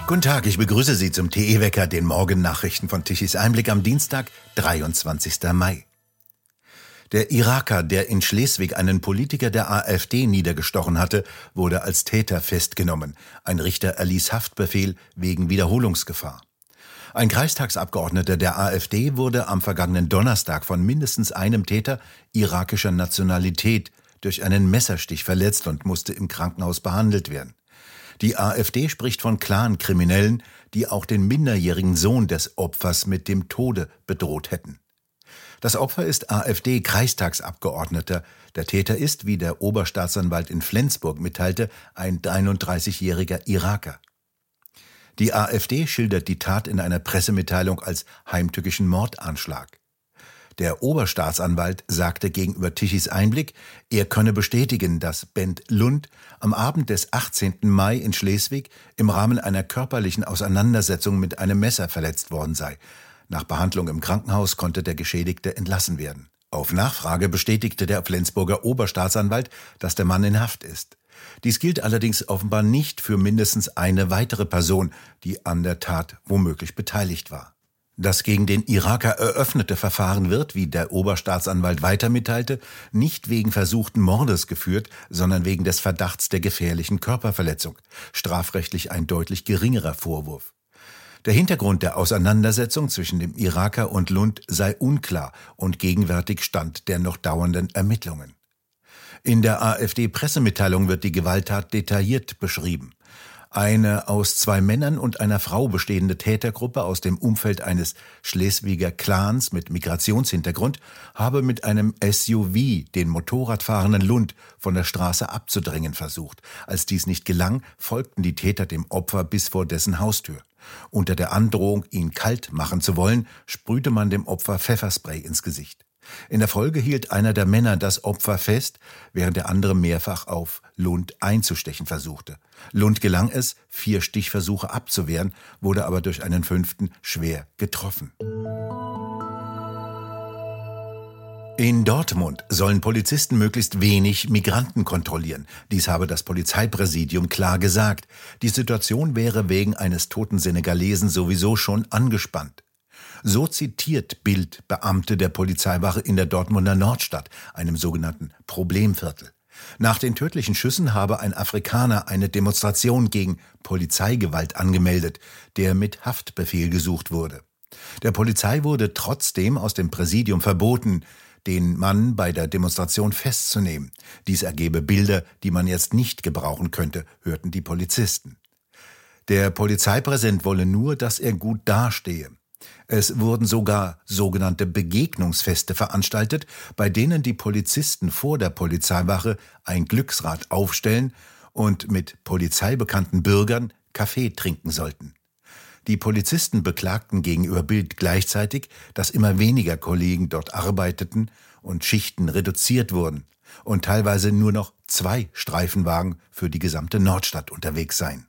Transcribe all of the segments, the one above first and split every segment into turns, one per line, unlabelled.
Guten Tag, ich begrüße Sie zum TE-Wecker, den Morgennachrichten von Tichys Einblick am Dienstag, 23. Mai. Der Iraker, der in Schleswig einen Politiker der AfD niedergestochen hatte, wurde als Täter festgenommen. Ein Richter erließ Haftbefehl wegen Wiederholungsgefahr. Ein Kreistagsabgeordneter der AfD wurde am vergangenen Donnerstag von mindestens einem Täter irakischer Nationalität durch einen Messerstich verletzt und musste im Krankenhaus behandelt werden. Die AfD spricht von Clan-Kriminellen, die auch den minderjährigen Sohn des Opfers mit dem Tode bedroht hätten. Das Opfer ist AfD-Kreistagsabgeordneter. Der Täter ist, wie der Oberstaatsanwalt in Flensburg mitteilte, ein 31-jähriger Iraker. Die AfD schildert die Tat in einer Pressemitteilung als heimtückischen Mordanschlag. Der Oberstaatsanwalt sagte gegenüber Tichys Einblick, er könne bestätigen, dass Bent Lund am Abend des 18. Mai in Schleswig im Rahmen einer körperlichen Auseinandersetzung mit einem Messer verletzt worden sei. Nach Behandlung im Krankenhaus konnte der Geschädigte entlassen werden. Auf Nachfrage bestätigte der Flensburger Oberstaatsanwalt, dass der Mann in Haft ist. Dies gilt allerdings offenbar nicht für mindestens eine weitere Person, die an der Tat womöglich beteiligt war. Das gegen den Iraker eröffnete Verfahren wird, wie der Oberstaatsanwalt weiter mitteilte, nicht wegen versuchten Mordes geführt, sondern wegen des Verdachts der gefährlichen Körperverletzung. Strafrechtlich ein deutlich geringerer Vorwurf. Der Hintergrund der Auseinandersetzung zwischen dem Iraker und Lund sei unklar und gegenwärtig Stand der noch dauernden Ermittlungen. In der AfD-Pressemitteilung wird die Gewalttat detailliert beschrieben. Eine aus 2 Männern und einer Frau bestehende Tätergruppe aus dem Umfeld eines Schleswiger Clans mit Migrationshintergrund habe mit einem SUV den motorradfahrenden Lund von der Straße abzudrängen versucht. Als dies nicht gelang, folgten die Täter dem Opfer bis vor dessen Haustür. Unter der Androhung, ihn kalt machen zu wollen, sprühte man dem Opfer Pfefferspray ins Gesicht. In der Folge hielt einer der Männer das Opfer fest, während der andere mehrfach auf Lund einzustechen versuchte. Lund gelang es, 4 Stichversuche abzuwehren, wurde aber durch einen 5. schwer getroffen. In Dortmund sollen Polizisten möglichst wenig Migranten kontrollieren. Dies habe das Polizeipräsidium klar gesagt. Die Situation wäre wegen eines toten Senegalesen sowieso schon angespannt. So zitiert Bild Beamte der Polizeiwache in der Dortmunder Nordstadt, einem sogenannten Problemviertel. Nach den tödlichen Schüssen habe ein Afrikaner eine Demonstration gegen Polizeigewalt angemeldet, der mit Haftbefehl gesucht wurde. Der Polizei wurde trotzdem aus dem Präsidium verboten, den Mann bei der Demonstration festzunehmen. Dies ergebe Bilder, die man jetzt nicht gebrauchen könnte, hörten die Polizisten. Der Polizeipräsident wolle nur, dass er gut dastehe. Es wurden sogar sogenannte Begegnungsfeste veranstaltet, bei denen die Polizisten vor der Polizeiwache ein Glücksrad aufstellen und mit polizeibekannten Bürgern Kaffee trinken sollten. Die Polizisten beklagten gegenüber Bild gleichzeitig, dass immer weniger Kollegen dort arbeiteten und Schichten reduziert wurden und teilweise nur noch 2 Streifenwagen für die gesamte Nordstadt unterwegs seien.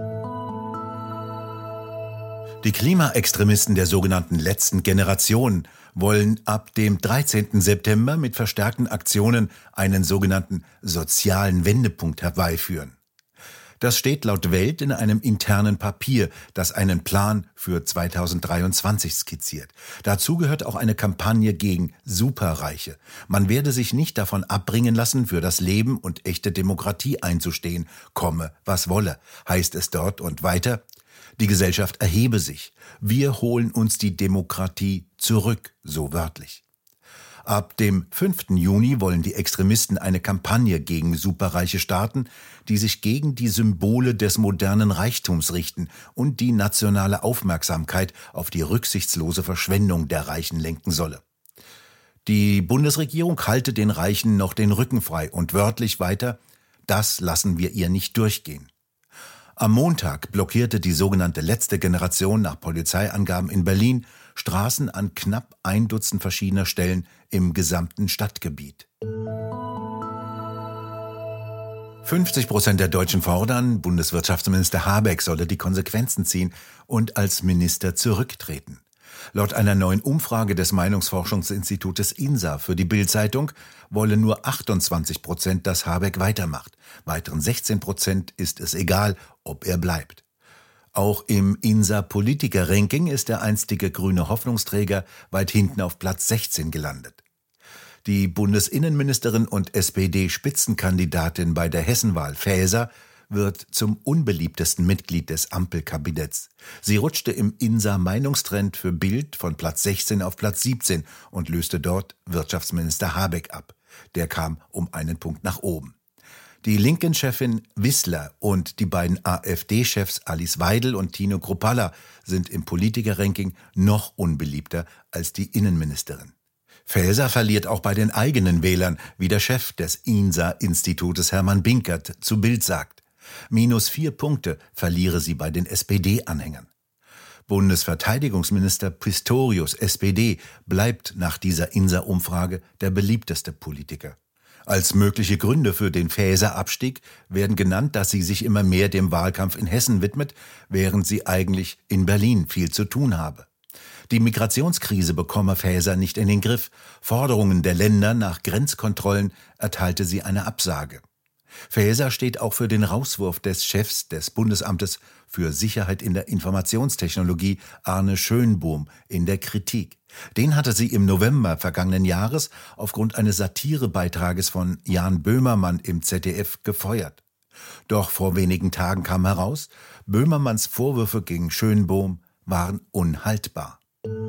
Die Klimaextremisten der sogenannten letzten Generation wollen ab dem 13. September mit verstärkten Aktionen einen sogenannten sozialen Wendepunkt herbeiführen. Das steht laut Welt in einem internen Papier, das einen Plan für 2023 skizziert. Dazu gehört auch eine Kampagne gegen Superreiche. Man werde sich nicht davon abbringen lassen, für das Leben und echte Demokratie einzustehen, komme was wolle, heißt es dort und weiter. Die Gesellschaft erhebe sich. Wir holen uns die Demokratie zurück, so wörtlich. Ab dem 5. Juni wollen die Extremisten eine Kampagne gegen Superreiche starten, die sich gegen die Symbole des modernen Reichtums richten und die nationale Aufmerksamkeit auf die rücksichtslose Verschwendung der Reichen lenken solle. Die Bundesregierung halte den Reichen noch den Rücken frei und wörtlich weiter, das lassen wir ihr nicht durchgehen. Am Montag blockierte die sogenannte letzte Generation nach Polizeiangaben in Berlin Straßen an knapp 1 Dutzend verschiedener Stellen im gesamten Stadtgebiet. 50% der Deutschen fordern, Bundeswirtschaftsminister Habeck solle die Konsequenzen ziehen und als Minister zurücktreten. Laut einer neuen Umfrage des Meinungsforschungsinstitutes INSA für die Bild-Zeitung wollen nur 28%, dass Habeck weitermacht. Weiteren 16% ist es egal, ob er bleibt. Auch im INSA-Politiker-Ranking ist der einstige grüne Hoffnungsträger weit hinten auf Platz 16 gelandet. Die Bundesinnenministerin und SPD-Spitzenkandidatin bei der Hessenwahl, Faeser, wird zum unbeliebtesten Mitglied des Ampelkabinetts. Sie rutschte im INSA-Meinungstrend für Bild von Platz 16 auf Platz 17 und löste dort Wirtschaftsminister Habeck ab. Der kam um einen Punkt nach oben. Die Linken-Chefin Wissler und die beiden AfD-Chefs Alice Weidel und Tino Kruppalla sind im Politiker-Ranking noch unbeliebter als die Innenministerin. Faeser verliert auch bei den eigenen Wählern, wie der Chef des INSA-Institutes Hermann Binkert zu Bild sagt. -4 Punkte verliere sie bei den SPD-Anhängern. Bundesverteidigungsminister Pistorius, SPD, bleibt nach dieser INSA-Umfrage der beliebteste Politiker. Als mögliche Gründe für den Faeser-Abstieg werden genannt, dass sie sich immer mehr dem Wahlkampf in Hessen widmet, während sie eigentlich in Berlin viel zu tun habe. Die Migrationskrise bekomme Faeser nicht in den Griff. Forderungen der Länder nach Grenzkontrollen erteilte sie eine Absage. Faeser steht auch für den Rauswurf des Chefs des Bundesamtes für Sicherheit in der Informationstechnologie, Arne Schönbohm, in der Kritik. Den hatte sie im November vergangenen Jahres aufgrund eines Satirebeitrages von Jan Böhmermann im ZDF gefeuert. Doch vor wenigen Tagen kam heraus, Böhmermanns Vorwürfe gegen Schönbohm waren unhaltbar.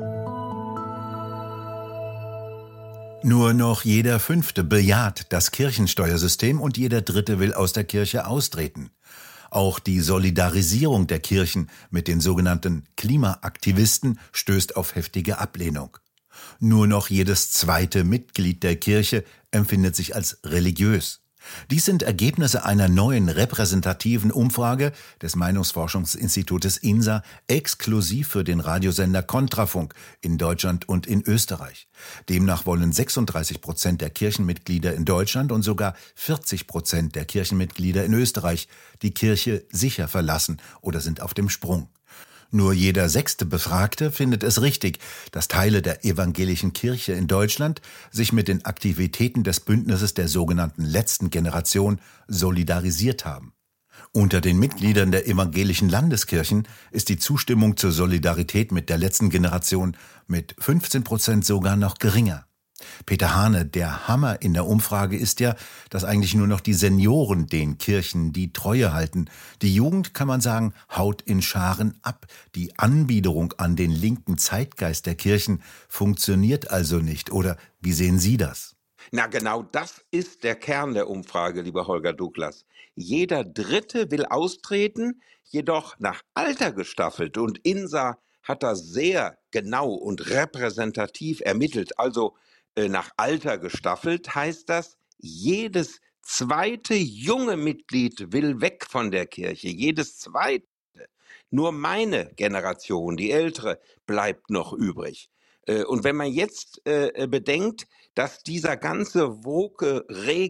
Nur noch jeder Fünfte bejaht das Kirchensteuersystem und jeder Dritte will aus der Kirche austreten. Auch die Solidarisierung der Kirchen mit den sogenannten Klimaaktivisten stößt auf heftige Ablehnung. Nur noch jedes zweite Mitglied der Kirche empfindet sich als religiös. Dies sind Ergebnisse einer neuen repräsentativen Umfrage des Meinungsforschungsinstitutes INSA exklusiv für den Radiosender Kontrafunk in Deutschland und in Österreich. Demnach wollen 36% der Kirchenmitglieder in Deutschland und sogar 40% der Kirchenmitglieder in Österreich die Kirche sicher verlassen oder sind auf dem Sprung. Nur jeder sechste Befragte findet es richtig, dass Teile der evangelischen Kirche in Deutschland sich mit den Aktivitäten des Bündnisses der sogenannten letzten Generation solidarisiert haben. Unter den Mitgliedern der evangelischen Landeskirchen ist die Zustimmung zur Solidarität mit der letzten Generation mit 15% sogar noch geringer. Peter Hane, der Hammer in der Umfrage ist ja, dass eigentlich nur noch die Senioren den Kirchen die Treue halten. Die Jugend, kann man sagen, haut in Scharen ab. Die Anbiederung an den linken Zeitgeist der Kirchen funktioniert also nicht. Oder wie sehen Sie das?
Na, genau das ist der Kern der Umfrage, lieber Holger Douglas. Jeder Dritte will austreten, jedoch nach Alter gestaffelt. Und INSA hat das sehr genau und repräsentativ ermittelt. Also nach Alter gestaffelt heißt das, jedes zweite junge Mitglied will weg von der Kirche. Jedes zweite. Nur meine Generation, die ältere, bleibt noch übrig. Und wenn man jetzt bedenkt, dass dieser ganze woke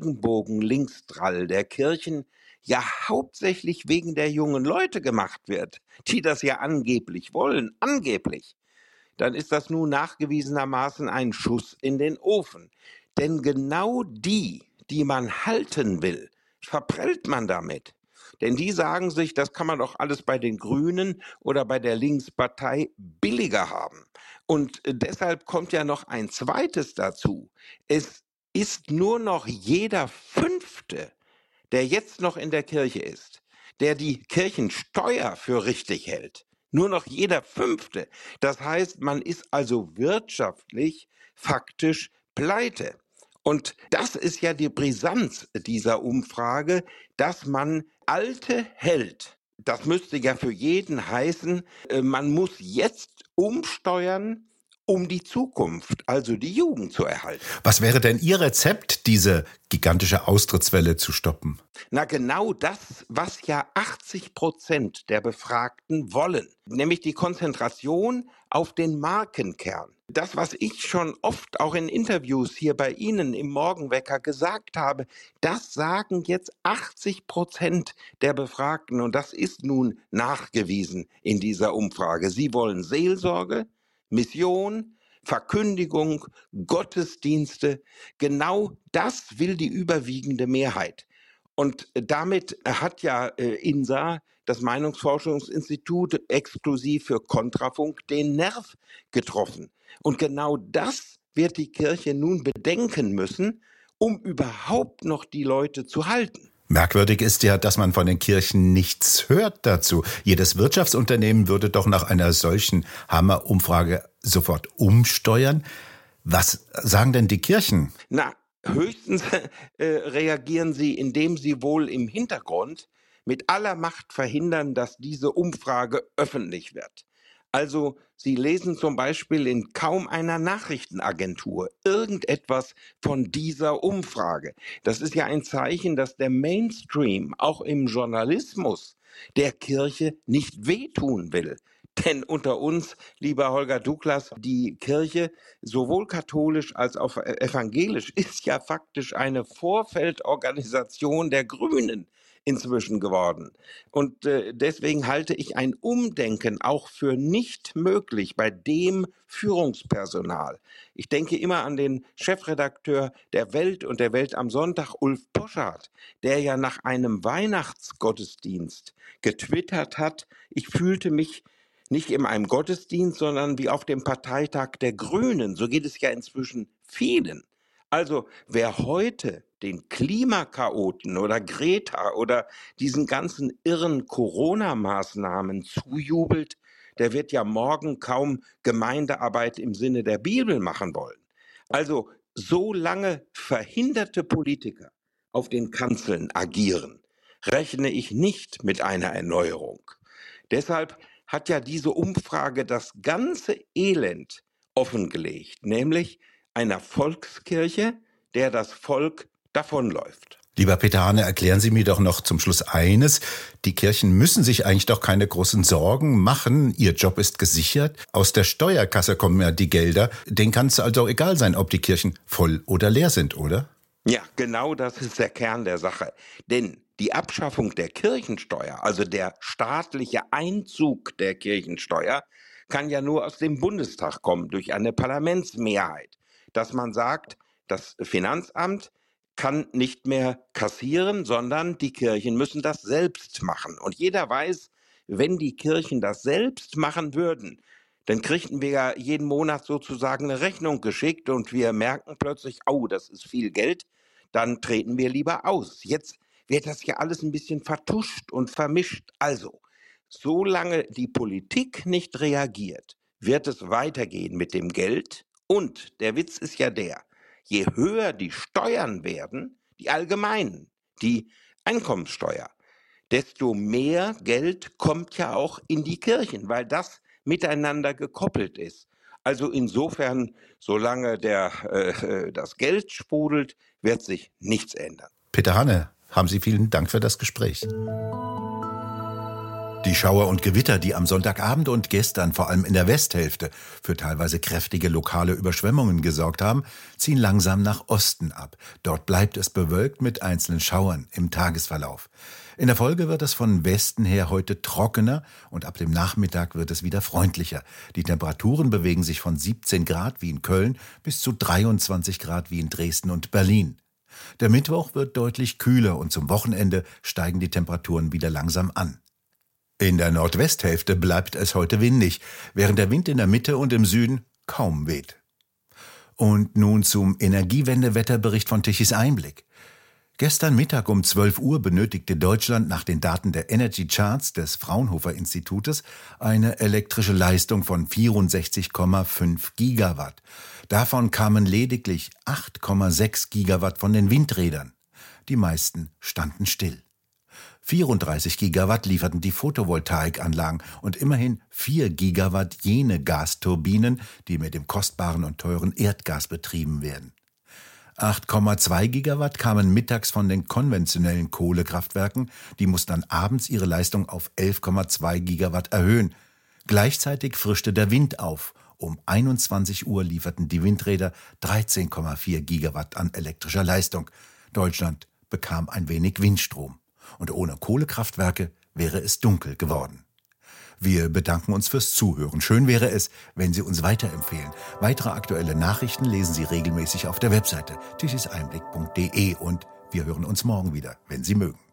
Regenbogen-Linksdrall der Kirchen ja hauptsächlich wegen der jungen Leute gemacht wird, die das ja angeblich wollen, angeblich, dann ist das nun nachgewiesenermaßen ein Schuss in den Ofen. Denn genau die man halten will, verprellt man damit. Denn die sagen sich, das kann man doch alles bei den Grünen oder bei der Linkspartei billiger haben. Und deshalb kommt ja noch ein zweites dazu. Es ist nur noch jeder Fünfte, der jetzt noch in der Kirche ist, der die Kirchensteuer für richtig hält. Nur noch jeder Fünfte. Das heißt, man ist also wirtschaftlich faktisch pleite. Und das ist ja die Brisanz dieser Umfrage, dass man Alte hält. Das müsste ja für jeden heißen, man muss jetzt umsteuern, um die Zukunft, also die Jugend zu erhalten.
Was wäre denn Ihr Rezept, diese gigantische Austrittswelle zu stoppen?
Na, genau das, was ja 80% der Befragten wollen, nämlich die Konzentration auf den Markenkern. Das, was ich schon oft auch in Interviews hier bei Ihnen im Morgenwecker gesagt habe, das sagen jetzt 80% der Befragten und das ist nun nachgewiesen in dieser Umfrage. Sie wollen Seelsorge, Mission, Verkündigung, Gottesdienste. Genau das will die überwiegende Mehrheit. Und damit hat ja INSA, das Meinungsforschungsinstitut, exklusiv für Kontrafunk, den Nerv getroffen. Und genau das wird die Kirche nun bedenken müssen, um überhaupt noch die Leute zu halten.
Merkwürdig ist ja, dass man von den Kirchen nichts hört dazu. Jedes Wirtschaftsunternehmen würde doch nach einer solchen Hammerumfrage sofort umsteuern. Was sagen denn die Kirchen?
Na, höchstens reagieren sie, indem sie wohl im Hintergrund mit aller Macht verhindern, dass diese Umfrage öffentlich wird. Also sie lesen zum Beispiel in kaum einer Nachrichtenagentur irgendetwas von dieser Umfrage. Das ist ja ein Zeichen, dass der Mainstream auch im Journalismus der Kirche nicht wehtun will. Denn unter uns, lieber Holger Douglas, die Kirche, sowohl katholisch als auch evangelisch, ist ja faktisch eine Vorfeldorganisation der Grünen inzwischen geworden. Und deswegen halte ich ein Umdenken auch für nicht möglich bei dem Führungspersonal. Ich denke immer an den Chefredakteur der Welt und der Welt am Sonntag, Ulf Poschardt, der ja nach einem Weihnachtsgottesdienst getwittert hat: Ich fühlte mich nicht in einem Gottesdienst, sondern wie auf dem Parteitag der Grünen. So geht es ja inzwischen vielen. Also wer heute den Klimakaoten oder Greta oder diesen ganzen irren Corona-Maßnahmen zujubelt, der wird ja morgen kaum Gemeindearbeit im Sinne der Bibel machen wollen. Also solange verhinderte Politiker auf den Kanzeln agieren, rechne ich nicht mit einer Erneuerung. Deshalb hat ja diese Umfrage das ganze Elend offengelegt, nämlich einer Volkskirche, der das Volk davonläuft.
Lieber Peter Hane, erklären Sie mir doch noch zum Schluss eines. Die Kirchen müssen sich eigentlich doch keine großen Sorgen machen. Ihr Job ist gesichert. Aus der Steuerkasse kommen ja die Gelder. Denen kann es also egal sein, ob die Kirchen voll oder leer sind, oder?
Ja, genau das ist der Kern der Sache. Denn die Abschaffung der Kirchensteuer, also der staatliche Einzug der Kirchensteuer, kann ja nur aus dem Bundestag kommen, durch eine Parlamentsmehrheit. Dass man sagt, das Finanzamt kann nicht mehr kassieren, sondern die Kirchen müssen das selbst machen. Und jeder weiß, wenn die Kirchen das selbst machen würden, dann kriegten wir ja jeden Monat sozusagen eine Rechnung geschickt und wir merken plötzlich, oh, das ist viel Geld, dann treten wir lieber aus. Jetzt wird das ja alles ein bisschen vertuscht und vermischt. Also, solange die Politik nicht reagiert, wird es weitergehen mit dem Geld. Und der Witz ist ja der: Je höher die Steuern werden, die allgemeinen, die Einkommenssteuer, desto mehr Geld kommt ja auch in die Kirchen, weil das miteinander gekoppelt ist. Also insofern, solange das Geld sprudelt, wird sich nichts ändern.
Peter Hane, haben Sie vielen Dank für das Gespräch. Die Schauer und Gewitter, die am Sonntagabend und gestern vor allem in der Westhälfte für teilweise kräftige lokale Überschwemmungen gesorgt haben, ziehen langsam nach Osten ab. Dort bleibt es bewölkt mit einzelnen Schauern im Tagesverlauf. In der Folge wird es von Westen her heute trockener und ab dem Nachmittag wird es wieder freundlicher. Die Temperaturen bewegen sich von 17 Grad wie in Köln bis zu 23 Grad wie in Dresden und Berlin. Der Mittwoch wird deutlich kühler und zum Wochenende steigen die Temperaturen wieder langsam an. In der Nordwesthälfte bleibt es heute windig, während der Wind in der Mitte und im Süden kaum weht. Und nun zum Energiewendewetterbericht von Tichys Einblick. Gestern Mittag um 12 Uhr benötigte Deutschland nach den Daten der Energy Charts des Fraunhofer Institutes eine elektrische Leistung von 64,5 Gigawatt. Davon kamen lediglich 8,6 Gigawatt von den Windrädern. Die meisten standen still. 34 Gigawatt lieferten die Photovoltaikanlagen und immerhin 4 Gigawatt jene Gasturbinen, die mit dem kostbaren und teuren Erdgas betrieben werden. 8,2 Gigawatt kamen mittags von den konventionellen Kohlekraftwerken, die mussten dann abends ihre Leistung auf 11,2 Gigawatt erhöhen. Gleichzeitig frischte der Wind auf. Um 21 Uhr lieferten die Windräder 13,4 Gigawatt an elektrischer Leistung. Deutschland bekam ein wenig Windstrom. Und ohne Kohlekraftwerke wäre es dunkel geworden. Wir bedanken uns fürs Zuhören. Schön wäre es, wenn Sie uns weiterempfehlen. Weitere aktuelle Nachrichten lesen Sie regelmäßig auf der Webseite tichiseinblick.de und Wir hören uns morgen wieder, wenn Sie mögen.